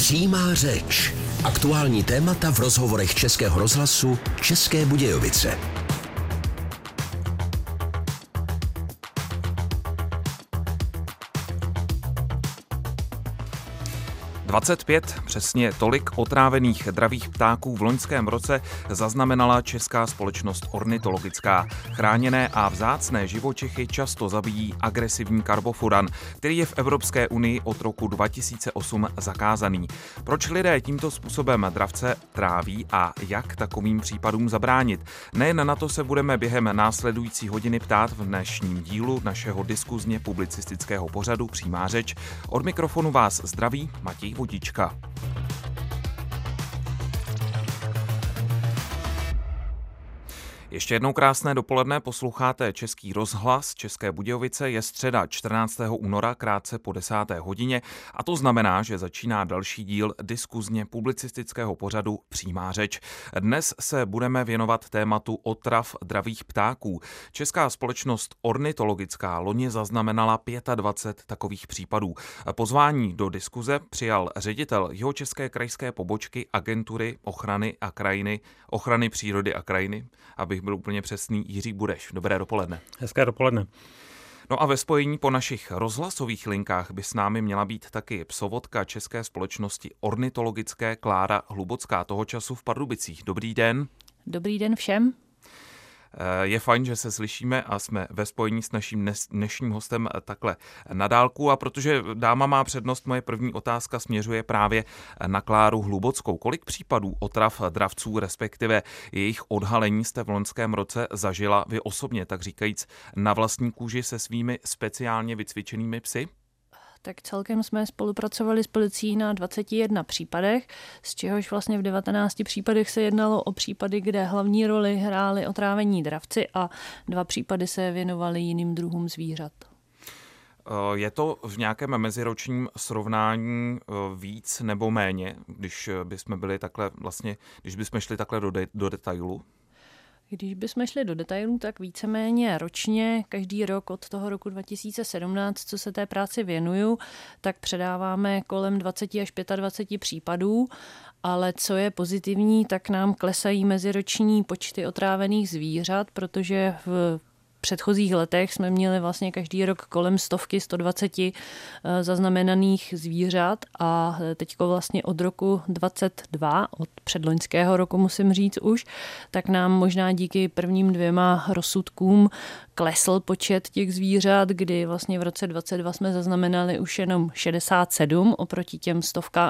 Přímá řeč. Aktuální témata v rozhovorech Českého rozhlasu České Budějovice. Přesně tolik otrávených dravých ptáků v loňském roce zaznamenala česká společnost ornitologická. Chráněné a vzácné živočichy často zabíjí agresivní karbofuran, který je v Evropské unii od roku 2008 zakázaný. Proč lidé tímto způsobem dravce tráví a jak takovým případům zabránit? Nejen na to se budeme během následující hodiny ptát v dnešním dílu našeho diskuzně publicistického pořadu Přímá řeč. Od mikrofonu vás zdraví Matěj Vodička. Ještě jednou krásné dopoledne, posloucháte Český rozhlas České Budějovice, je středa 14. února krátce po 10. hodině a to znamená, že začíná další díl diskuzně publicistického pořadu Přímá řeč. Dnes se budeme věnovat tématu otrav dravých ptáků. Česká společnost ornitologická loni zaznamenala 25 takových případů. Pozvání do diskuze přijal ředitel Jihočeské krajské pobočky Agentury ochrany přírody a krajiny, abych byl úplně přesný, Jiří Bureš. Dobré dopoledne. Hezké dopoledne. No a ve spojení po našich rozhlasových linkách by s námi měla být taky psovodka České společnosti ornitologické Klára Hlubocká, toho času v Pardubicích. Dobrý den. Dobrý den všem. Je fajn, že se slyšíme a jsme ve spojení s naším dnešním hostem takhle na dálku a protože dáma má přednost, moje první otázka směřuje právě na Kláru Hlubockou. Kolik případů otrav dravců, respektive jejich odhalení jste v loňském roce zažila vy osobně, tak říkajíc na vlastní kůži se svými speciálně vycvičenými psy? Tak celkem jsme spolupracovali s policií na 21 případech, z čehož vlastně v 19 případech se jednalo o případy, kde hlavní roli hráli otrávení dravci a 2 případy se věnovaly jiným druhům zvířat. Je to v nějakém meziročním srovnání víc nebo méně, když bychom šli takhle do detailu? Když bychom šli do detailů, tak víceméně ročně, každý rok od toho roku 2017, co se té práci věnuju, tak předáváme kolem 20 až 25 případů, ale co je pozitivní, tak nám klesají meziroční počty otrávených zvířat, protože v předchozích letech jsme měli vlastně každý rok kolem 120 zaznamenaných zvířat a teďko vlastně od roku 22, od předloňského roku musím říct už, tak nám možná díky prvním 2 rozsudkům klesl počet těch zvířat, kdy vlastně v roce 22 jsme zaznamenali už jenom 67 oproti těm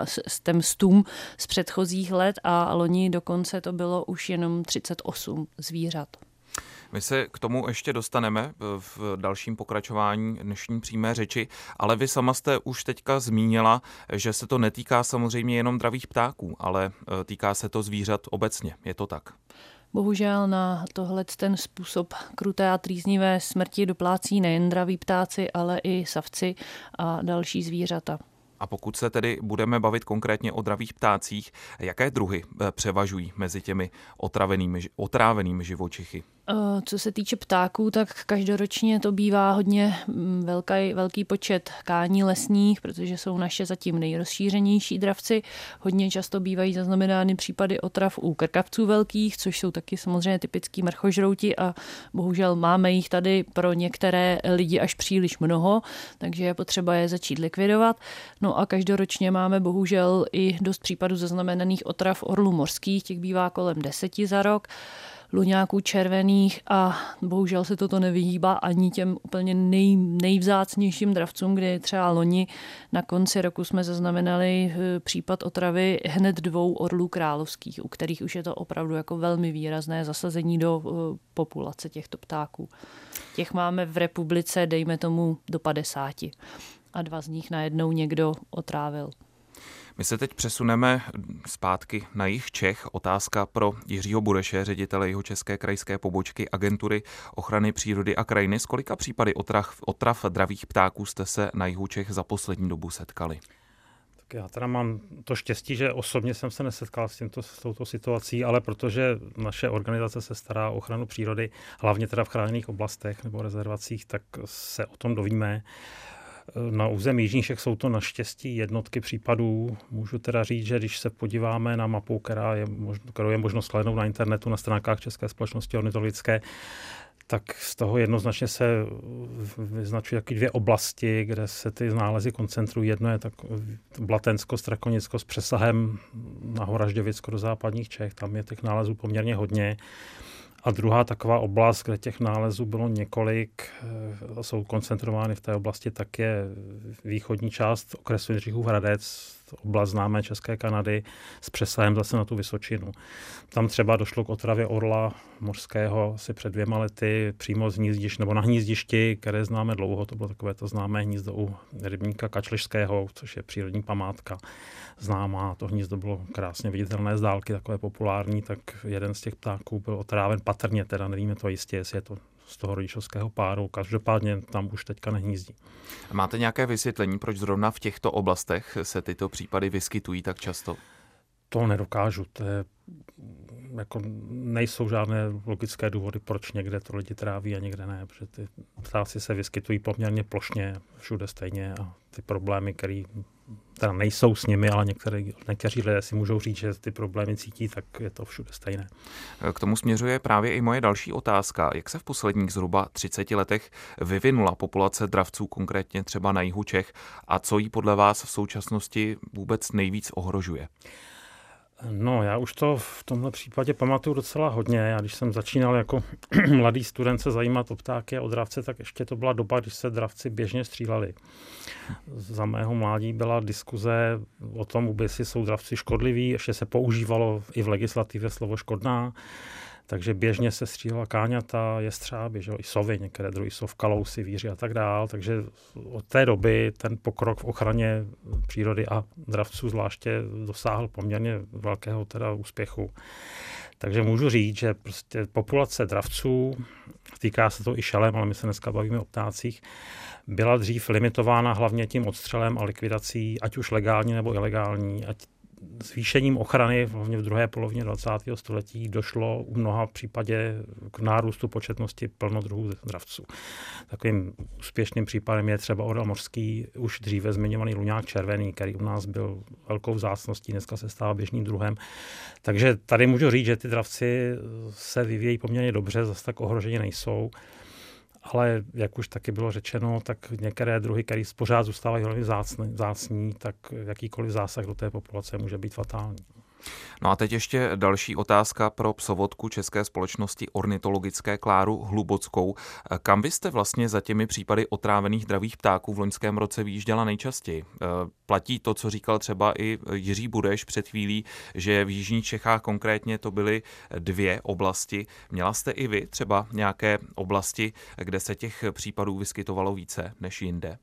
100 z předchozích let a loni dokonce to bylo už jenom 38 zvířat. My se k tomu ještě dostaneme v dalším pokračování dnešní přímé řeči, ale vy sama jste už teďka zmínila, že se to netýká samozřejmě jenom dravých ptáků, ale týká se to zvířat obecně. Je to tak? Bohužel na tohle ten způsob kruté a trýznivé smrti doplácí nejen draví ptáci, ale i savci a další zvířata. A pokud se tedy budeme bavit konkrétně o dravých ptácích, jaké druhy převažují mezi těmi otrávenými živočichy? Co se týče ptáků, tak každoročně to bývá hodně velký počet kání lesních, protože jsou naše zatím nejrozšířenější dravci. Hodně často bývají zaznamenány případy otrav u krkavců velkých, což jsou taky samozřejmě typický mrchožrouti a bohužel máme jich tady pro některé lidi až příliš mnoho, takže je potřeba je začít likvidovat. No a každoročně máme bohužel i dost případů zaznamenaných otrav orlů mořských, těch bývá kolem 10 za rok. Luňáků červených a bohužel se toto nevyhýbá ani těm úplně nejvzácnějším dravcům, kdy třeba loni na konci roku jsme zaznamenali případ otravy hned 2 orlů královských, u kterých už je to opravdu jako velmi výrazné zasazení do populace těchto ptáků. Těch máme v republice, dejme tomu, do 50 a 2 z nich najednou někdo otrávil. My se teď přesuneme zpátky na jih Čech. Otázka pro Jiřího Bureše, ředitele Jihočeské krajské pobočky Agentury ochrany přírody a krajiny. S kolika případy otrav dravých ptáků jste se na jihu Čech za poslední dobu setkali? Tak já teda mám to štěstí, že osobně jsem se nesetkal s touto situací, ale protože naše organizace se stará o ochranu přírody, hlavně teda v chráněných oblastech nebo rezervacích, tak se o tom dovíme. Na území jižních Čech jsou to naštěstí jednotky případů. Můžu teda říct, že když se podíváme na mapu, kterou je možno shlédnout na internetu na stránkách České společnosti ornitologické, tak z toho jednoznačně se vyznačují taky 2 oblasti, kde se ty nálezy koncentrují. Jedno je tak Blatensko, Strakonicko s přesahem na Horažďovicko do západních Čech. Tam je těch nálezů poměrně hodně. A druhá taková oblast, kde těch nálezů bylo několik, jsou koncentrovány v té oblasti, tak je východní část okresu Jindřichův Hradec, oblast známé České Kanady, s přesahem zase na tu Vysočinu. Tam třeba došlo k otravě orla mořského asi před 2 lety přímo z hnízdišť, nebo na hnízdišti, které známe dlouho. To bylo takové to známé hnízdo u rybníka Kačlišského, což je přírodní památka známá. To hnízdo bylo krásně viditelné z dálky, takové populární, tak jeden z těch ptáků byl otráven patrně, teda nevíme to jistě, jestli je to z toho rodičovského páru. Každopádně tam už teďka nehnízdí. Máte nějaké vysvětlení, proč zrovna v těchto oblastech se tyto případy vyskytují tak často? To nedokážu. To je, jako nejsou žádné logické důvody, proč někde to lidi tráví a někde ne, protože ty ptáci se vyskytují poměrně plošně všude stejně a ty problémy, které teda nejsou s nimi, ale někteří lidé si můžou říct, že ty problémy cítí, tak je to všude stejné. K tomu směřuje právě i moje další otázka. Jak se v posledních zhruba 30 letech vyvinula populace dravců, konkrétně třeba na jihu Čech, a co jí podle vás v současnosti vůbec nejvíc ohrožuje? No, já už to v tomhle případě pamatuju docela hodně. Já když jsem začínal jako mladý student se zajímat o ptáky a o dravce, tak ještě to byla doba, když se dravci běžně stříleli. Za mého mládí byla diskuze o tom, jestli jsou dravci škodliví. Ještě se používalo i v legislativě slovo škodná. Takže běžně se střílela káňata, jestřáby, i sovy, některé druhy sov, kalousy, víři a tak dál. Takže od té doby ten pokrok v ochraně přírody a dravců zvláště dosáhl poměrně velkého teda úspěchu. Takže můžu říct, že prostě populace dravců, týká se to i šelem, ale my se dneska bavíme o ptácích, byla dřív limitována hlavně tím odstřelem a likvidací, ať už legální nebo ilegální, zvýšením ochrany hlavně v druhé polovině 20. století došlo u mnoha případě k nárůstu početnosti plnodruhů dravců. Takovým úspěšným případem je třeba orel mořský, už dříve zmiňovaný luňák červený, který u nás byl velkou vzácností, dneska se stává běžným druhem. Takže tady můžu říct, že ty dravci se vyvíjejí poměrně dobře, zase tak ohroženi nejsou. Ale jak už taky bylo řečeno, tak některé druhy, které pořád zůstávají velmi vzácní, tak jakýkoliv zásah do té populace může být fatální. No a teď ještě další otázka pro psovodku České společnosti ornitologické Kláru Hlubockou. Kam byste vlastně za těmi případy otrávených dravých ptáků v loňském roce vyjížděla nejčastěji? Platí to, co říkal třeba i Jiří Budeš před chvílí, že v jižních Čechách konkrétně to byly 2 oblasti. Měla jste i vy třeba nějaké oblasti, kde se těch případů vyskytovalo více než jinde?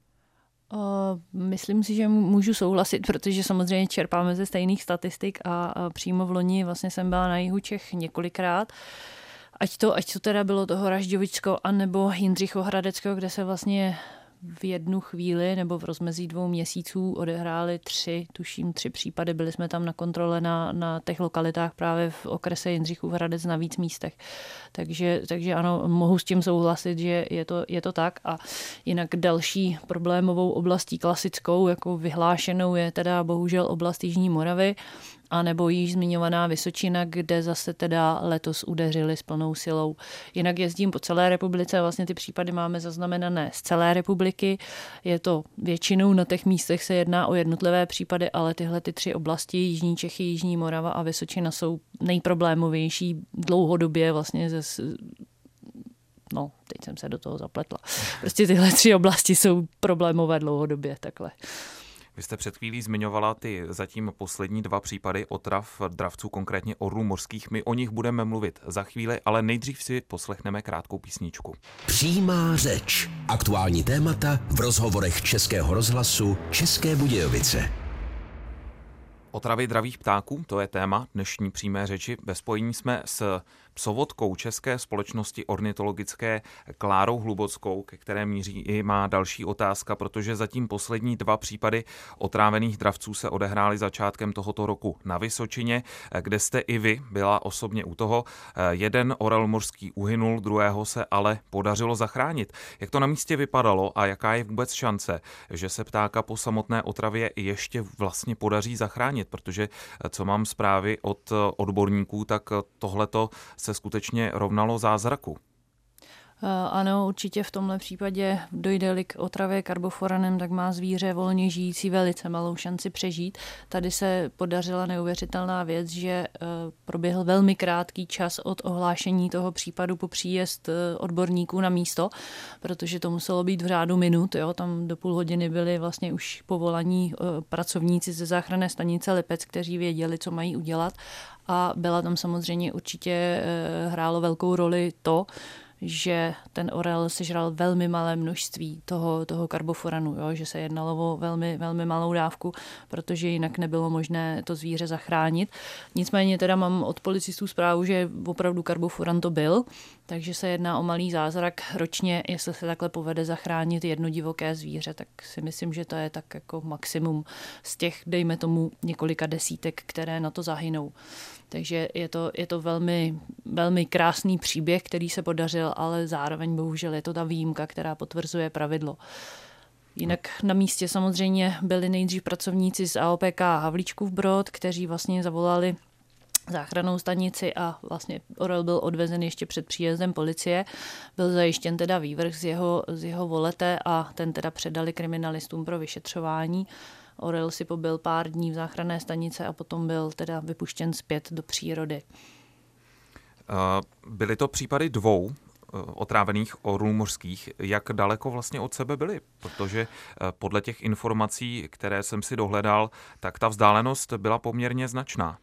Myslím si, že můžu souhlasit, protože samozřejmě čerpáme ze stejných statistik a přímo v loni vlastně jsem byla na jihu Čech několikrát. Ať to teda bylo to Horažďovičsko anebo Jindřichohradeckého, kde se vlastně v jednu chvíli nebo v rozmezí 2 měsíců odehrály 3 případy. Byli jsme tam na kontrole na těch lokalitách právě v okrese Jindřichův Hradec na víc místech. Takže ano, mohu s tím souhlasit, že je to tak. A jinak další problémovou oblastí klasickou, jako vyhlášenou, je teda bohužel oblast Jižní Moravy, a nebo již zmiňovaná Vysočina, kde zase teda letos udeřili s plnou silou. Jinak jezdím po celé republice a vlastně ty případy máme zaznamenané z celé republiky. Je to většinou na těch místech se jedná o jednotlivé případy, ale tyhle 3 oblasti, Jižní Čechy, Jižní Morava a Vysočina, jsou nejproblémovější dlouhodobě vlastně teď jsem se do toho zapletla. Prostě tyhle 3 oblasti jsou problémové dlouhodobě takhle. Vy jste před chvílí zmiňovala ty zatím poslední 2 případy otrav dravců, konkrétně orlů mořských. My o nich budeme mluvit za chvíli, ale nejdřív si poslechneme krátkou písničku. Přímá řeč. Aktuální témata v rozhovorech Českého rozhlasu České Budějovice. Otravy dravých ptáků, to je téma dnešní přímé řeči. Ve spojení jsme s psovodkou české společnosti ornitologické Klárou Hlubockou, ke které míří i má další otázka, protože zatím poslední 2 případy otrávených dravců se odehrály začátkem tohoto roku na Vysočině, kde jste i vy byla osobně u toho. Jeden orel mořský uhynul, druhého se ale podařilo zachránit. Jak to na místě vypadalo a jaká je vůbec šance, že se ptáka po samotné otravě ještě vlastně podaří zachránit, protože co mám zprávy od odborníků, tak tohleto se skutečně rovnalo zázraku. Ano, určitě v tomhle případě dojde-li k otravě karbofuranem, tak má zvíře volně žijící velice malou šanci přežít. Tady se podařila neuvěřitelná věc, že proběhl velmi krátký čas od ohlášení toho případu po příjezd odborníků na místo, protože to muselo být v řádu minut. Jo? Tam do půl hodiny byli vlastně už povolaní pracovníci ze záchranné stanice Lipec, kteří věděli, co mají udělat. A byla tam samozřejmě určitě hrálo velkou roli to, že ten orel sežral velmi malé množství toho karbofuranu, jo? Že se jednalo o velmi, velmi malou dávku, protože jinak nebylo možné to zvíře zachránit. Nicméně teda mám od policistů zprávu, že opravdu karbofuran to byl, takže se jedná o malý zázrak ročně, jestli se takhle povede zachránit jedno divoké zvíře, tak si myslím, že to je tak jako maximum z těch, dejme tomu, několika desítek, které na to zahynou. Takže je to velmi, velmi krásný příběh, který se podařil, ale zároveň bohužel je to ta výjimka, která potvrzuje pravidlo. Jinak na místě samozřejmě byli nejdřív pracovníci z AOPK Havlíčkův Brod, kteří vlastně zavolali záchrannou stanici a vlastně orel byl odvezen ještě před příjezdem policie. Byl zajištěn teda vývrch z jeho volete a ten teda předali kriminalistům pro vyšetřování. Orel si pobyl pár dní v záchranné stanice a potom byl teda vypuštěn zpět do přírody. Byly to případy 2 otrávených orlů mořských. Jak daleko vlastně od sebe byly? Protože podle těch informací, které jsem si dohledal, tak ta vzdálenost byla poměrně značná.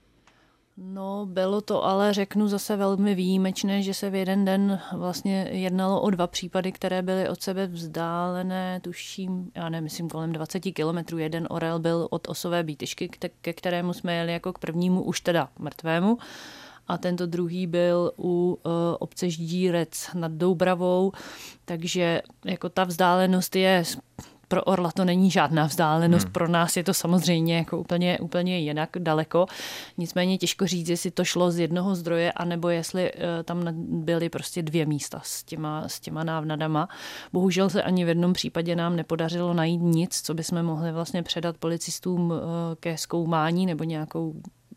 No, bylo to ale, řeknu zase velmi výjimečné, že se v jeden den vlastně jednalo o 2 případy, které byly od sebe vzdálené, tuším, já nemyslím, kolem 20 kilometrů. Jeden orel byl od Osové Bítyšky, ke kterému jsme jeli jako k prvnímu, už teda mrtvému. A tento druhý byl u obce Ždírec nad Doubravou, takže jako ta vzdálenost je, pro orla to není žádná vzdálenost, pro nás je to samozřejmě jako úplně jinak daleko. Nicméně těžko říct, jestli to šlo z jednoho zdroje, anebo jestli tam byly prostě 2 místa s těma návnadama. Bohužel se ani v jednom případě nám nepodařilo najít nic, co bychom mohli vlastně předat policistům ke zkoumání nebo nějakou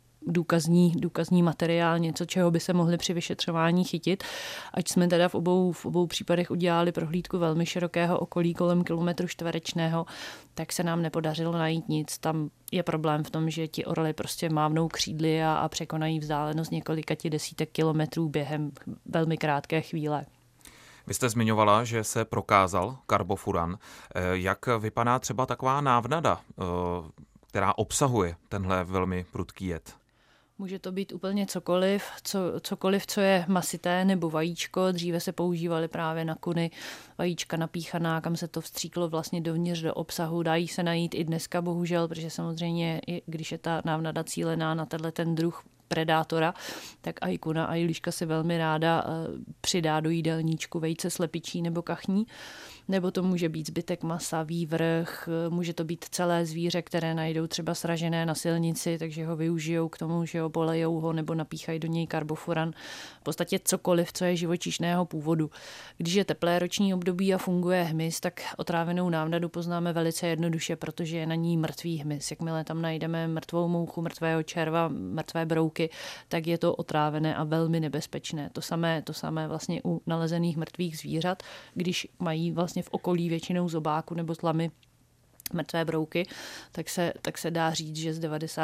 důkazní materiál, něco, čeho by se mohli při vyšetřování chytit. Ať jsme teda v obou případech udělali prohlídku velmi širokého okolí kolem kilometru čtverečného, tak se nám nepodařilo najít nic. Tam je problém v tom, že ti orly prostě mávnou křídly a překonají vzdálenost několika desítek kilometrů během velmi krátké chvíle. Vy jste zmiňovala, že se prokázal karbofuran. Jak vypadá třeba taková návnada, která obsahuje tenhle velmi prudký jed? Může to být úplně cokoliv, co je masité nebo vajíčko. Dříve se používaly právě na kuny vajíčka napíchaná, kam se to vstříklo vlastně dovnitř do obsahu. Dají se najít i dneska, bohužel, protože samozřejmě, když je ta návnada cílená na ten druh predátora, tak i kuna, i líška se velmi ráda přidá do jídelníčku vejce slepičí nebo kachní. Nebo to může být zbytek masa, vývrch, může to být celé zvíře, které najdou třeba sražené na silnici, takže ho využijou k tomu, že ho polejou ho nebo napíchají do něj karbofuran. V podstatě cokoliv, co je živočišného původu. Když je teplé roční období a funguje hmyz, tak otrávenou návnadu poznáme velice jednoduše, protože je na ní mrtvý hmyz. Jakmile tam najdeme mrtvou mouchu, mrtvého červa, mrtvé brouky, tak je to otrávené a velmi nebezpečné. To samé vlastně u nalezených mrtvých zvířat, když mají vlastně v okolí většinou zobáku nebo tlamy mrtvé brouky, tak se dá říct, že z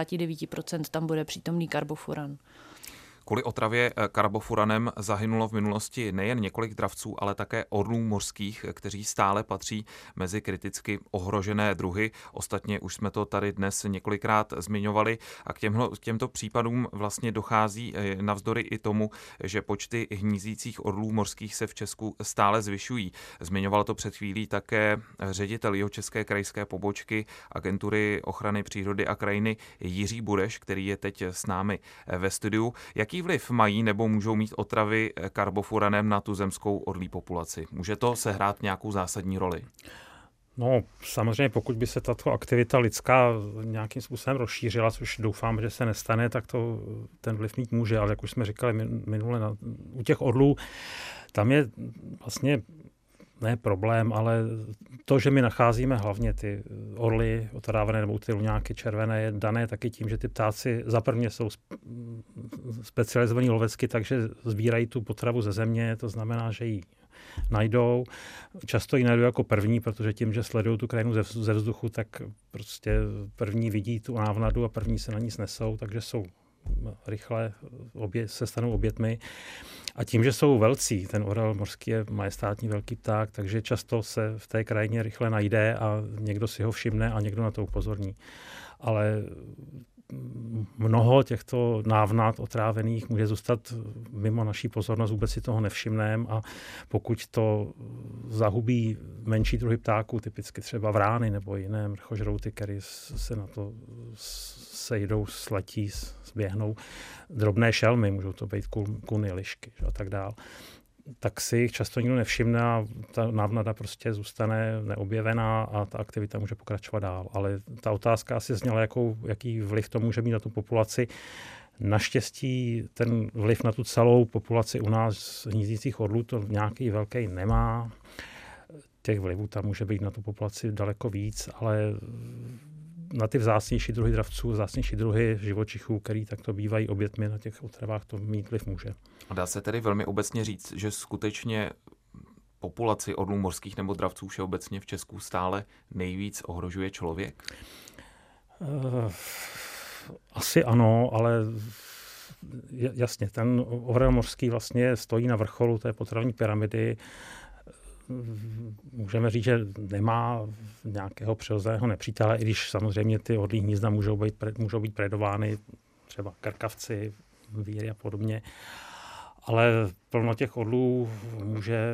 99% tam bude přítomný karbofuran. Kvůli otravě karbofuranem zahynulo v minulosti nejen několik dravců, ale také orlů mořských, kteří stále patří mezi kriticky ohrožené druhy. Ostatně už jsme to tady dnes několikrát zmiňovali a k těmto případům vlastně dochází navzdory i tomu, že počty hnízících orlů mořských se v Česku stále zvyšují. Zmiňoval to před chvílí také ředitel Jihočeské krajské pobočky Agentury ochrany přírody a krajiny Jiří Bureš, který je teď s námi ve studiu. Jak Jaký vliv mají nebo můžou mít otravy karbofuranem na tuzemskou orlí populaci? Může to sehrát nějakou zásadní roli? No, samozřejmě, pokud by se tato aktivita lidská nějakým způsobem rozšířila, což doufám, že se nestane, tak to ten vliv mít může, ale jak už jsme říkali minule, u těch orlů, tam je vlastně ne problém, ale to, že my nacházíme hlavně ty orly otrávené nebo ty luňáky červené, je dané taky tím, že ty ptáci zaprvně jsou specializovaní lovecky, takže sbírají tu potravu ze země, to znamená, že ji najdou. Často ji najdou jako první, protože tím, že sledují tu krajinu ze vzduchu, tak prostě první vidí tu návnadu a první se na ní snesou, takže jsou rychle se stanou obětmi. A tím, že jsou velcí, ten orel mořský je majestátní velký pták, takže často se v té krajině rychle najde a někdo si ho všimne a někdo na to upozorní. Ale mnoho těchto návnad otrávených může zůstat mimo naší pozornost, vůbec si toho nevšimneme a pokud to zahubí menší druhy ptáků, typicky třeba vrány nebo jiné mrchožrouty, které se na to sejdou, sletí, zběhnou, drobné šelmy, můžou to být kuny, lišky a tak dál, tak si jich často nikdo nevšimne a ta návnada prostě zůstane neobjevená a ta aktivita může pokračovat dál. Ale ta otázka asi zněla, jaký vliv to může mít na tu populaci. Naštěstí ten vliv na tu celou populaci u nás hnízdících orlů to nějaký velký nemá. Těch vlivů tam může být na tu populaci daleko víc, ale na ty vzácnější druhy dravců, vzácnější druhy živočichů, který takto bývají obětmi na těch otravách, to mít vliv může. A dá se tedy velmi obecně říct, že skutečně populaci orlů mořských nebo dravců všeobecně v Česku stále nejvíc ohrožuje člověk? Asi ano, ale jasně, ten orel mořský vlastně stojí na vrcholu té potravní pyramidy. Můžeme říct, že nemá nějakého přirozeného nepřítele, i když samozřejmě ty orlí hnízda můžou být predovány třeba krkavci, víry a podobně. Ale plno těch orlů může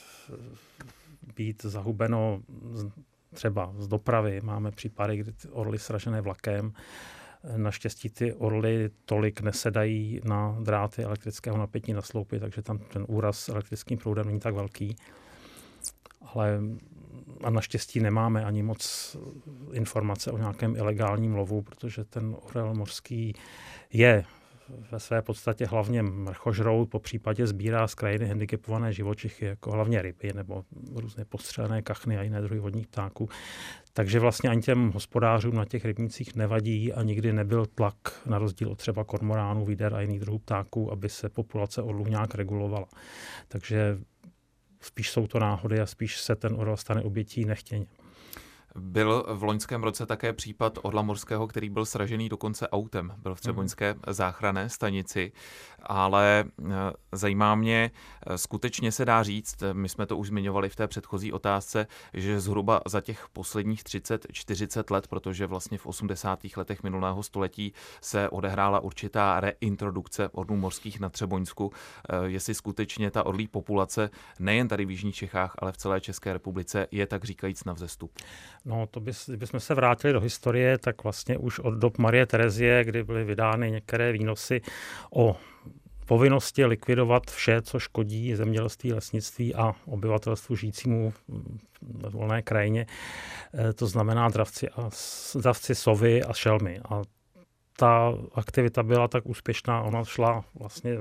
být zahubeno třeba z dopravy. Máme případy, kdy ty orly sražené vlakem. Naštěstí ty orly tolik nesedají na dráty elektrického napětí na sloupy, takže tam ten úraz elektrickým proudem není tak velký. Ale a naštěstí nemáme ani moc informace o nějakém ilegálním lovu, protože ten orel mořský je ve své podstatě hlavně mrchožrout, po případě sbírá z krajiny handicapované živočichy, jako hlavně ryby nebo různé postřelené kachny a jiné druhy vodních ptáků. Takže vlastně ani těm hospodářům na těch rybnících nevadí a nikdy nebyl tlak, na rozdíl od třeba kormoránů, výder a jiných druhů ptáků, aby se populace orlů nějak regulovala. Takže spíš jsou to náhody a spíš se ten orel stane obětí nechtěně. Byl v loňském roce také případ orla mořského, který byl sražený dokonce autem. Byl v třeboňské záchranné stanici, ale zajímá mě, skutečně se dá říct, my jsme to už zmiňovali v té předchozí otázce, že zhruba za těch posledních 30-40 let, protože vlastně v 80. letech minulého století se odehrála určitá reintrodukce orlů mořských na Třeboňsku, jestli skutečně ta orlí populace nejen tady v jižních Čechách, ale v celé České republice je tak říkajíc na vzestup. No, kdybychom se vrátili do historie, tak vlastně už od dob Marie Terezie, kdy byly vydány některé výnosy o povinnosti likvidovat vše, co škodí zemědělství, lesnictví a obyvatelstvu žijícímu ve volné krajině. To znamená dravci, sovy a šelmy. A ta aktivita byla tak úspěšná, ona šla vlastně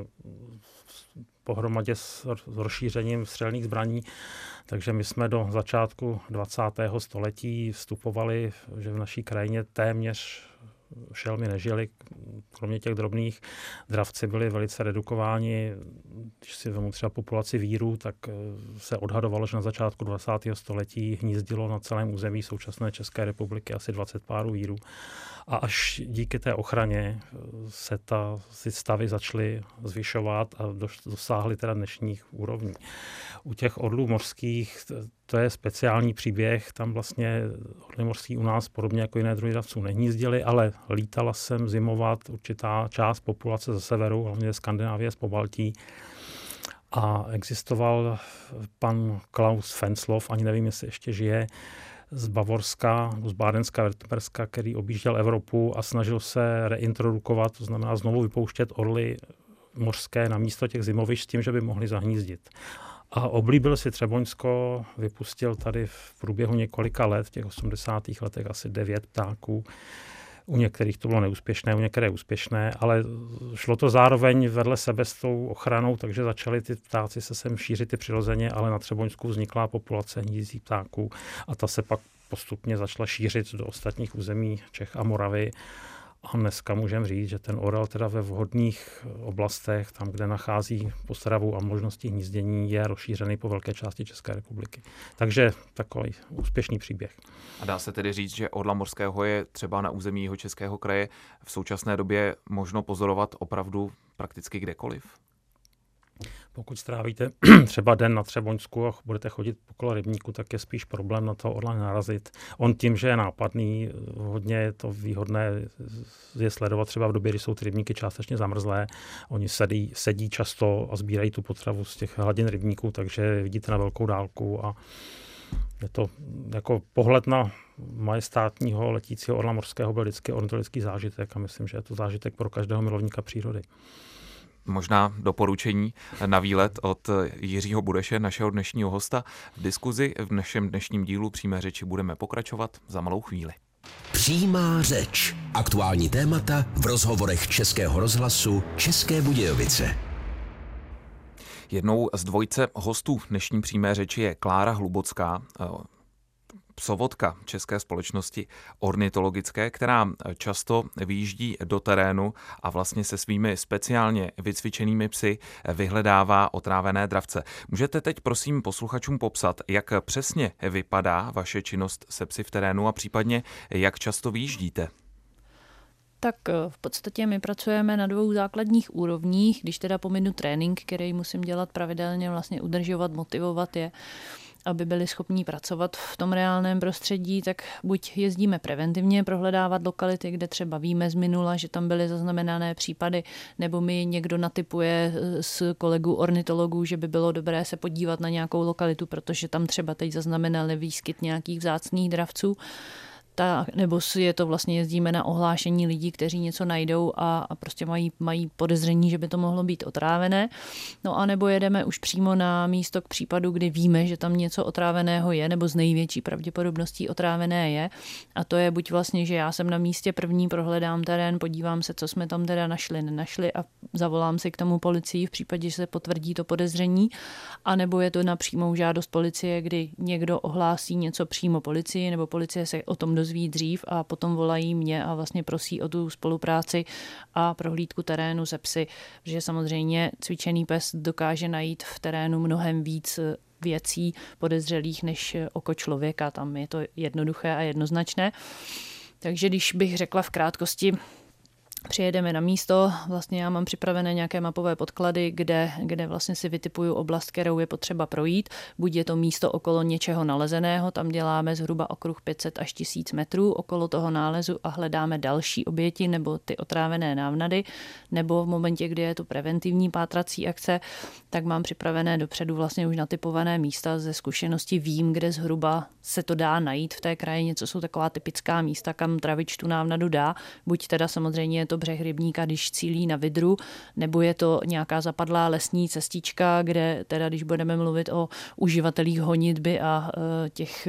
pohromadě s rozšířením střelných zbraní, takže my jsme do začátku 20. století vstupovali, že v naší krajině téměř šelmy nežily, kromě těch drobných. Dravci byli velice redukováni. Když si vezmu třeba populaci vírů, tak se odhadovalo, že na začátku 20. století hnízdilo na celém území současné České republiky asi 20 párů vírů. A až díky té ochraně se ty stavy začaly zvyšovat a dosáhly teda dnešních úrovní. U těch orlů mořských to je speciální příběh, tam vlastně orly mořský u nás podobně jako jiné druhy dravců nehnízdily, ale lítala sem zimovat určitá část populace ze severu, hlavně ze Skandinávie, z Pobaltí. A existoval pan Klaus Fenslov, ani nevím, jestli ještě žije, z Bavorska, z Bádenska, Württemberska, který objížděl Evropu a snažil se reintrodukovat, to znamená znovu vypouštět orly mořské na místo těch zimovišť s tím, že by mohli zahnízdit. A oblíbil si Třeboňsko, vypustil tady v průběhu několika let, v těch 80. letech asi 9 ptáků. U některých to bylo neúspěšné, u některé úspěšné, ale šlo to zároveň vedle sebe s tou ochranou, takže začaly ty ptáci se sem šířit i přirozeně, ale na Třeboňsku vznikla populace hnízdících ptáků a ta se pak postupně začala šířit do ostatních území Čech a Moravy. A dneska můžeme říct, že ten orel teda ve vhodných oblastech, tam, kde nachází postravu a možnosti hnízdění, je rozšířený po velké části České republiky. Takže takový úspěšný příběh. A dá se tedy říct, že orla morského je třeba na území Jihočeského kraje v současné době možno pozorovat opravdu prakticky kdekoliv? Pokud strávíte třeba den na Třeboňsku a budete chodit okolo rybníku, tak je spíš problém na toho orla narazit. On tím, že je nápadný, hodně je to výhodné je sledovat třeba v době, kdy jsou ty rybníky částečně zamrzlé. Oni sedí často a sbírají tu potravu z těch hladin rybníků, takže vidíte na velkou dálku a je to jako pohled na majestátního letícího orla morského byl vždycky ornitologický zážitek a myslím, že je to zážitek pro každého milovníka přírody. Možná doporučení na výlet od Jiřího Budeše, našeho dnešního hosta. V diskuzi v našem dnešním dílu Přímé řeči budeme pokračovat za malou chvíli. Přímá řeč. Aktuální témata v rozhovorech Českého rozhlasu České Budějovice. Jednou z dvojice hostů dnešní Přímé řeči je Klára Hlubocká, psovodka České společnosti ornitologické, která často vyjíždí do terénu a vlastně se svými speciálně vycvičenými psy vyhledává otrávené dravce. Můžete teď prosím posluchačům popsat, jak přesně vypadá vaše činnost se psy v terénu a případně jak často vyjíždíte? Tak v podstatě my pracujeme na 2 základních úrovních, když teda pominu trénink, který musím dělat pravidelně, vlastně udržovat, motivovat je, aby byli schopní pracovat v tom reálném prostředí, tak buď jezdíme preventivně prohledávat lokality, kde třeba víme z minula, že tam byly zaznamenané případy, nebo mi někdo natipuje z kolegů ornitologů, že by bylo dobré se podívat na nějakou lokalitu, protože tam třeba teď zaznamenali výskyt nějakých vzácných dravců. Nebo je to vlastně jezdíme na ohlášení lidí, kteří něco najdou a prostě mají podezření, že by to mohlo být otrávené. No a nebo jedeme už přímo na místo k případu, kdy víme, že tam něco otráveného je, nebo z největší pravděpodobností otrávené je. A to je buď vlastně, že já jsem na místě první, prohledám terén, podívám se, co jsme tam teda nenašli a zavolám si k tomu policii v případě, že se potvrdí to podezření. A nebo je to na přímou žádost policie, kdy někdo ohlásí něco přímo policii, nebo policie se o tom dozví dřív a potom volají mě a vlastně prosí o tu spolupráci a prohlídku terénu se psy, protože samozřejmě cvičený pes dokáže najít v terénu mnohem víc věcí podezřelých než oko člověka. Tam je to jednoduché a jednoznačné. Takže když bych řekla v krátkosti, přijedeme na místo, vlastně já mám připravené nějaké mapové podklady, kde vlastně si vytipuju oblast, kterou je potřeba projít. Buď je to místo okolo něčeho nalezeného, tam děláme zhruba okruh 500 až 1000 metrů okolo toho nálezu a hledáme další oběti nebo ty otrávené návnady, nebo v momentě, kdy je to preventivní pátrací akce, tak mám připravené dopředu vlastně už natipované místa. Ze zkušenosti vím, kde zhruba se to dá najít v té krajině, co jsou taková typická místa, kam travič tu návnadu dá. Buď teda samozřejmě je to břeh rybníka, když cílí na vidru, nebo je to nějaká zapadlá lesní cestička, kde teda, když budeme mluvit o uživatelích honitby a těch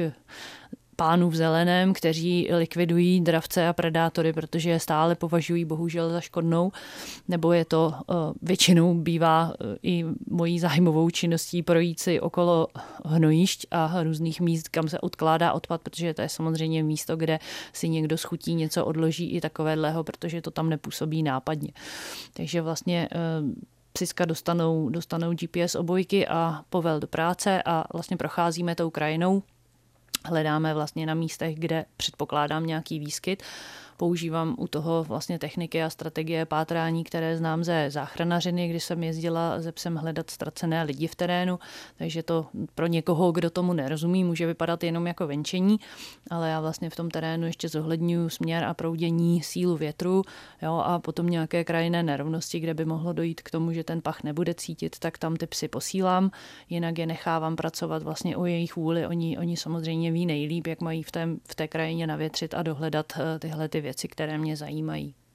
pánů v zeleném, kteří likvidují dravce a predátory, protože je stále považují bohužel za škodnou, nebo je to většinou bývá i mojí zájmovou činností projít si okolo hnojišť a různých míst, kam se odkládá odpad, protože to je samozřejmě místo, kde si někdo schutí něco odloží i takovéhleho, protože to tam nepůsobí nápadně. Takže vlastně psiska dostanou GPS obojky a povel do práce a vlastně procházíme tou krajinou. Hledáme vlastně na místech, kde předpokládám nějaký výskyt. Používám u toho vlastně techniky a strategie pátrání, které znám ze záchranařiny, kdy jsem jezdila se psem hledat ztracené lidi v terénu, takže to pro někoho, kdo tomu nerozumí, může vypadat jenom jako venčení, ale já vlastně v tom terénu ještě zohledňuji směr a proudění, sílu větru, jo, a potom nějaké krajinné nerovnosti, kde by mohlo dojít k tomu, že ten pach nebude cítit, tak tam ty psy posílám, jinak je nechávám pracovat vlastně o jejich vůli. Oni samozřejmě ví nejlíp, jak mají v té krajině navětřit a dohledat tyhle ty věci, které mě zajímají.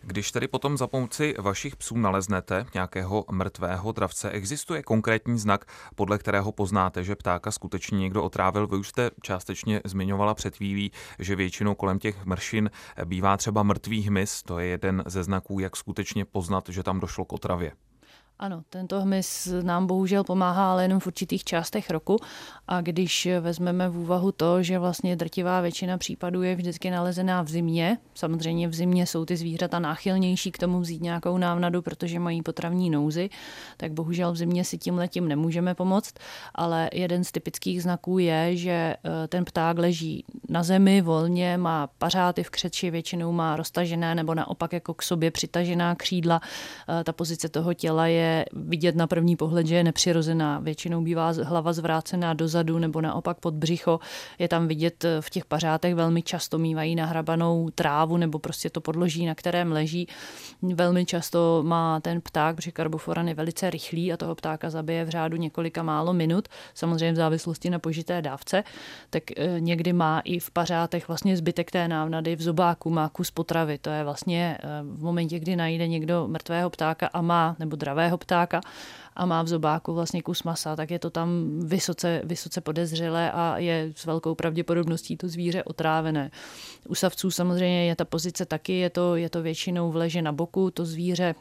Když tedy potom za pomoci vašich psů naleznete nějakého mrtvého dravce, existuje konkrétní znak, podle kterého poznáte, že ptáka skutečně někdo otrávil? Vy už jste částečně zmiňovala před chvílí, že většinou kolem těch mršin bývá třeba mrtvý hmyz. To je jeden ze znaků, jak skutečně poznat, že tam došlo k otravě. Ano, tento hmyz nám bohužel pomáhá, ale jenom v určitých částech roku. A když vezmeme v úvahu to, že vlastně drtivá většina případů je vždycky nalezená v zimě, samozřejmě v zimě jsou ty zvířata náchylnější k tomu vzít nějakou návnadu, protože mají potravní nouzi, tak bohužel v zimě si tímhletím nemůžeme pomoct, ale jeden z typických znaků je, že ten pták leží na zemi volně, má pařáty v křeči, většinou má roztažené nebo naopak jako k sobě přitažená křídla. Ta pozice toho těla je vidět na první pohled, že je nepřirozená. Většinou bývá hlava zvrácená dozadu nebo naopak pod břicho. Je tam vidět v těch pařátech velmi často mívají nahrabanou trávu nebo prostě to podloží, na kterém leží. Velmi často má ten pták, protože karboforan je velice rychlý a toho ptáka zabije v řádu několika málo minut, samozřejmě v závislosti na požité dávce, tak někdy má i v pařátech vlastně zbytek té návnady, v zobáku má kus potravy. To je vlastně v momentě, kdy najde někdo mrtvého ptáka a má, nebo dravého ptáka a má v zobáku vlastně kus masa, tak je to tam vysoce podezřelé a je s velkou pravděpodobností to zvíře otrávené. U savců samozřejmě je ta pozice taky, je to většinou v leže na boku, to zvíře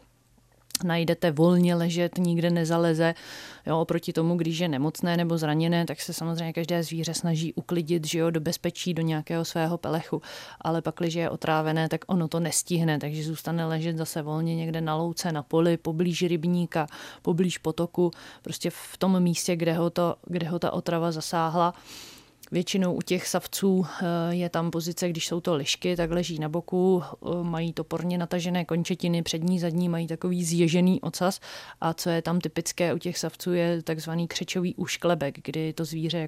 najdete volně ležet, nikde nezaleze. Jo, oproti tomu, když je nemocné nebo zraněné, tak se samozřejmě každé zvíře snaží uklidit, že jo, do bezpečí, do nějakého svého pelechu. Ale pak, když je otrávené, tak ono to nestihne, takže zůstane ležet zase volně někde na louce, na poli, poblíž rybníka, poblíž potoku, prostě v tom místě, kde ho ta otrava zasáhla. Většinou u těch savců je tam pozice, když jsou to lišky, tak leží na boku, mají toporně natažené končetiny, přední, zadní, mají takový zježený ocas a co je tam typické u těch savců je takzvaný křečový úšklebek, kdy to zvíře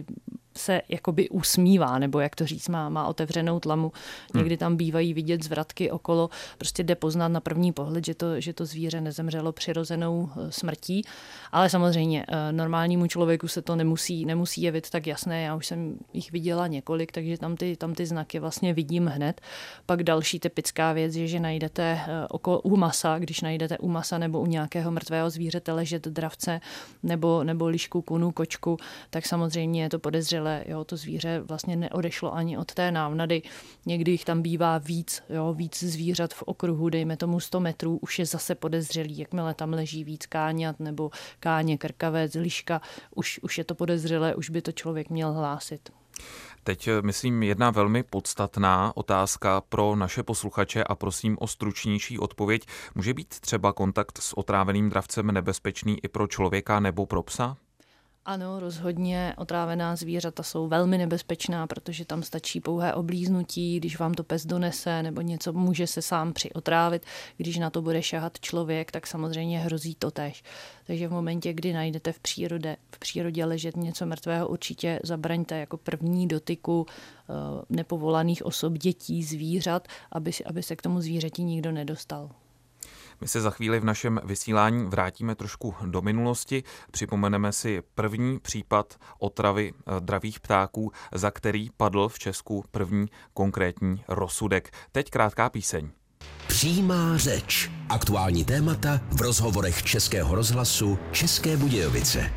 se usmívá, nebo jak to říct, má otevřenou tlamu. Někdy tam bývají vidět zvratky okolo, prostě jde poznat na první pohled, že to zvíře nezemřelo přirozenou smrtí, ale samozřejmě normálnímu člověku se to nemusí jevit tak jasné, já už jsem jich viděla několik, takže tam ty znaky vlastně vidím hned. Pak další typická věc je, že najdete u masa, když najdete u masa nebo u nějakého mrtvého zvířete ležet dravce nebo lišku, kunu, kočku, tak samozřejmě je to podezřelé. Jo, to zvíře vlastně neodešlo ani od té návnady. Někdy jich tam bývá víc zvířat v okruhu, dejme tomu 100 metrů, už je zase podezřelý, jakmile tam leží víc káňat nebo káně, krkavec, liška, už je to podezřelé, už by to člověk měl hlásit. Teď, myslím, jedna velmi podstatná otázka pro naše posluchače a prosím o stručnější odpověď. Může být třeba kontakt s otráveným dravcem nebezpečný i pro člověka nebo pro psa? Ano, rozhodně otrávená zvířata jsou velmi nebezpečná, protože tam stačí pouhé oblíznutí, když vám to pes donese nebo něco může se sám přiotrávit. Když na to bude šahat člověk, tak samozřejmě hrozí totéž. Takže v momentě, kdy najdete v přírodě ležet něco mrtvého, určitě zabraňte jako první dotyku nepovolaných osob, dětí, zvířat, aby se k tomu zvířeti nikdo nedostal. My se za chvíli v našem vysílání vrátíme trošku do minulosti. Připomeneme si první případ otravy dravých ptáků, za který padl v Česku první konkrétní rozsudek. Teď krátká píseň. Přímá řeč. Aktuální témata v rozhovorech Českého rozhlasu České Budějovice.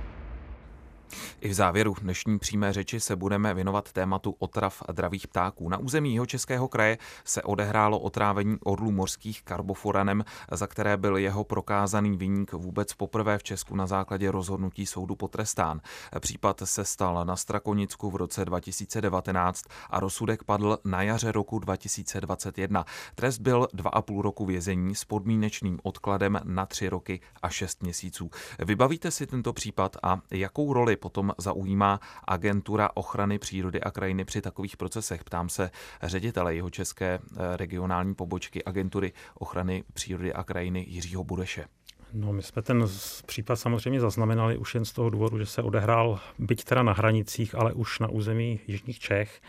I v závěru dnešní přímé řeči se budeme věnovat tématu otrav dravých ptáků. Na území Jihočeského kraje se odehrálo otrávení orlů mořských karboforanem, za které byl jeho prokázaný viník vůbec poprvé v Česku na základě rozhodnutí soudu potrestán. Případ se stal na Strakonicku v roce 2019 a rozsudek padl na jaře roku 2021. Trest byl 2,5 roku vězení s podmínečným odkladem na 3 roky a 6 měsíců. Vybavíte si tento případ a jakou roli potom zaujímá Agentura ochrany přírody a krajiny při takových procesech? Ptám se ředitele Jihočeské regionální pobočky Agentury ochrany přírody a krajiny Jiřího Budeše. No, my jsme ten případ samozřejmě zaznamenali už jen z toho důvodu, že se odehrál, byť teda na hranicích, ale už na území jižních Čech.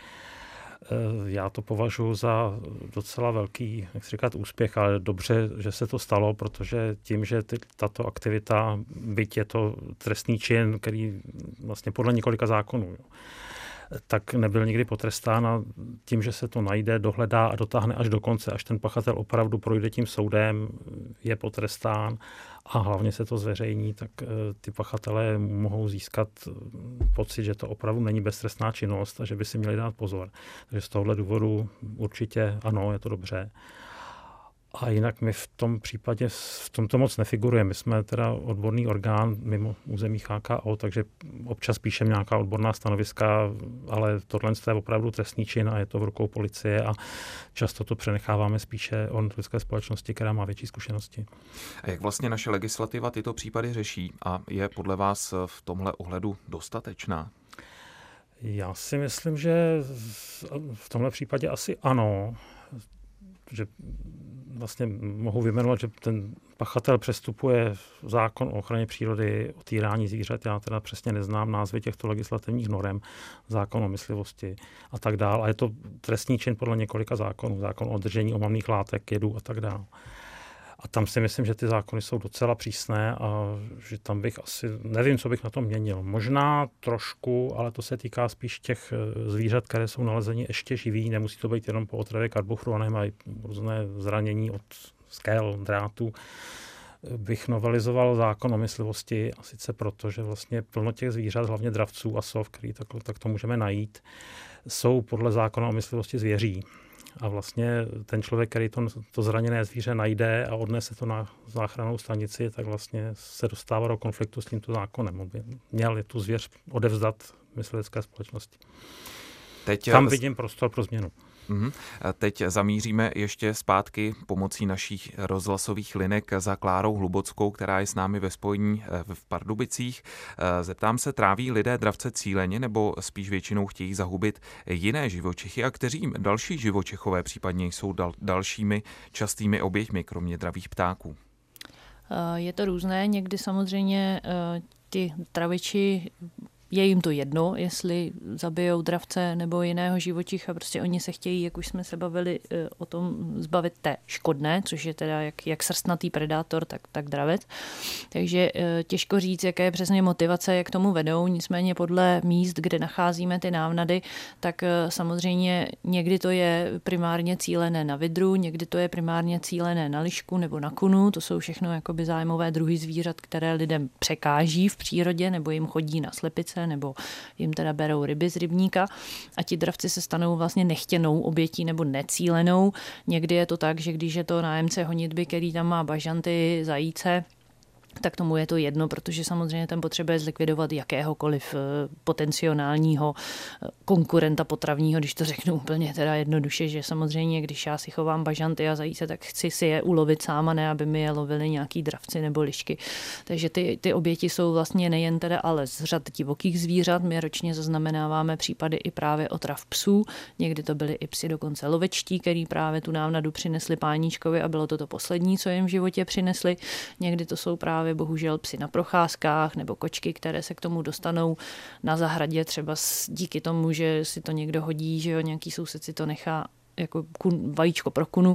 Já to považuji za docela velký, jak se říkat, úspěch, ale dobře, že se to stalo, protože tím, že tato aktivita, byť je to trestný čin, který vlastně podle několika zákonů, tak nebyl nikdy potrestán a tím, že se to najde, dohledá a dotáhne až do konce, až ten pachatel opravdu projde tím soudem, je potrestán a hlavně se to zveřejní, tak ty pachatelé mohou získat pocit, že to opravdu není beztrestná činnost a že by si měli dát pozor. Takže z tohohle důvodu určitě ano, je to dobře. A jinak my v tom případě v tomto moc nefigurujeme. My jsme teda odborný orgán mimo území HKO, takže občas píšeme nějaká odborná stanoviska, ale tohle je opravdu trestný čin a je to v rukou policie a často to přenecháváme spíše ornitologické společnosti, která má větší zkušenosti. A jak vlastně naše legislativa tyto případy řeší a je podle vás v tomhle ohledu dostatečná? Já si myslím, že v tomhle případě asi ano, že vlastně mohu vyjmenovat, že ten pachatel přestupuje zákon o ochraně přírody, o týrání zvířat. Já teda přesně neznám názvy těchto legislativních norem, zákon o myslivosti a tak dál. A je to trestný čin podle několika zákonů. Zákon o držení omamných látek, jedů a tak dál. A tam si myslím, že ty zákony jsou docela přísné a že tam bych asi, nevím, co bych na tom měnil. Možná trošku, ale to se týká spíš těch zvířat, které jsou nalezeni ještě živí. Nemusí to být jenom po otravě karbochru, ale mají různé zranění od skel, drátů. Bych novelizoval zákon o myslivosti a sice proto, že vlastně plno těch zvířat, hlavně dravců a sov, který tak to můžeme najít, jsou podle zákona o myslivosti zvěří. A vlastně ten člověk, který to zraněné zvíře najde a odnese to na záchrannou stanici, tak vlastně se dostává do konfliktu s tímto zákonem. On by měl tu zvěř odevzdat myslivecké společnosti. Tam vidím prostor pro změnu. Teď zamíříme ještě zpátky pomocí našich rozhlasových linek za Klárou Hlubockou, která je s námi ve spojení v Pardubicích. Zeptám se, tráví lidé dravce cíleně nebo spíš většinou chtějí zahubit jiné živočichy a kteří další živočichové případně jsou dalšími častými oběťmi, kromě dravých ptáků? Je to různé, někdy samozřejmě ty traviči je jim to jedno, jestli zabijou dravce nebo jiného živočicha, prostě oni se chtějí, jak už jsme se bavili o tom, zbavit té škodné, což je teda jak srstnatý predátor, tak dravec. Takže těžko říct, jaké je přesně motivace, jak tomu vedou, nicméně podle míst, kde nacházíme ty návnady, tak samozřejmě někdy to je primárně cílené na vidru, někdy to je primárně cílené na lišku nebo na kunu, to jsou všechno jakoby zájmové druhy zvířat, které lidem překáží v přírodě nebo jim chodí na slepice nebo jim teda berou ryby z rybníka a ti dravci se stanou vlastně nechtěnou obětí nebo necílenou. Někdy je to tak, že když je to nájemce honitby, který tam má bažanty, zajíce, tak tomu je to jedno, protože samozřejmě ten potřebuje zlikvidovat jakéhokoliv potenciálního konkurenta potravního, když to řeknu úplně teda jednoduše, že samozřejmě, když já si chovám bažanty a zajíce, tak chci si je ulovit sám a ne, aby mi je lovili nějaký dravci nebo lišky. Takže ty oběti jsou vlastně nejen teda, ale z řad divokých zvířat. My ročně zaznamenáváme případy i právě otrav psů. Někdy to byli i psi dokonce lovečtí, který právě tu návnadu přinesli páníčkovi a bylo to poslední, co jim v životě přinesli. Někdy to jsou právě bohužel psi na procházkách nebo kočky, které se k tomu dostanou na zahradě, třeba díky tomu, že si to někdo hodí, že jo, nějaký soused si to nechá jako vajíčko pro kunu.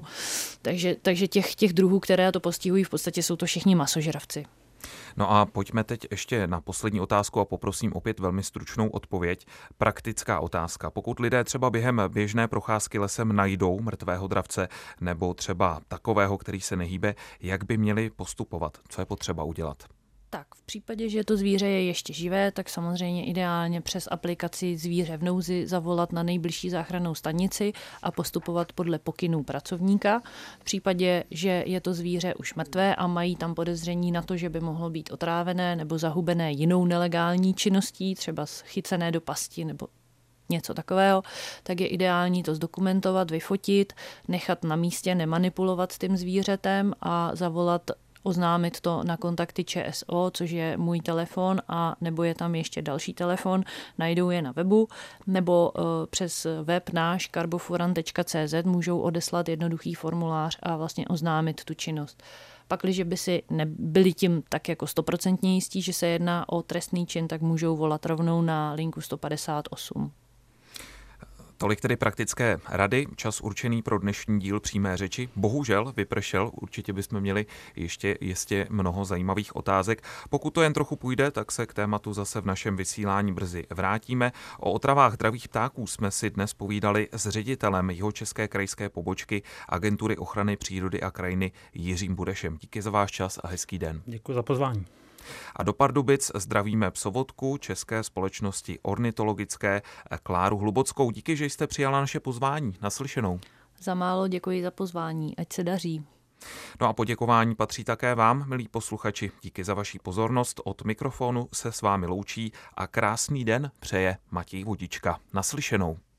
Takže těch druhů, které to postihují, v podstatě jsou to všichni masožravci. No a pojďme teď ještě na poslední otázku a poprosím opět velmi stručnou odpověď. Praktická otázka. Pokud lidé třeba během běžné procházky lesem najdou mrtvého dravce nebo třeba takového, který se nehýbe, jak by měli postupovat? Co je potřeba udělat? Tak v případě, že to zvíře je ještě živé, tak samozřejmě ideálně přes aplikaci Zvíře v nouzi zavolat na nejbližší záchrannou stanici a postupovat podle pokynů pracovníka. V případě, že je to zvíře už mrtvé a mají tam podezření na to, že by mohlo být otrávené nebo zahubené jinou nelegální činností, třeba chycené do pasti nebo něco takového, tak je ideální to zdokumentovat, vyfotit, nechat na místě, nemanipulovat s tím zvířetem a zavolat, oznámit to na kontakty ČSO, což je můj telefon, a nebo je tam ještě další telefon, najdou je na webu, nebo přes web náš carbofuran.cz můžou odeslat jednoduchý formulář a vlastně oznámit tu činnost. Pakliže by si nebyli tím tak jako 100% jistí, že se jedná o trestný čin, tak můžou volat rovnou na linku 158. Tolik tedy praktické rady. Čas určený pro dnešní díl Přímé řeči bohužel vypršel. Určitě bychom měli ještě jistě mnoho zajímavých otázek. Pokud to jen trochu půjde, tak se k tématu zase v našem vysílání brzy vrátíme. O otravách dravých ptáků jsme si dnes povídali s ředitelem Jihočeské krajské pobočky Agentury ochrany přírody a krajiny Jiřím Budešem. Díky za váš čas a hezký den. Děkuji za pozvání. A do Pardubic zdravíme psovodku České společnosti ornitologické Kláru Hlubockou. Díky, že jste přijala naše pozvání. Naslyšenou. Za málo děkuji za pozvání. Ať se daří. No a poděkování patří také vám, milí posluchači. Díky za vaši pozornost. Od mikrofonu se s vámi loučí a krásný den přeje Matěj Vodička. Naslyšenou.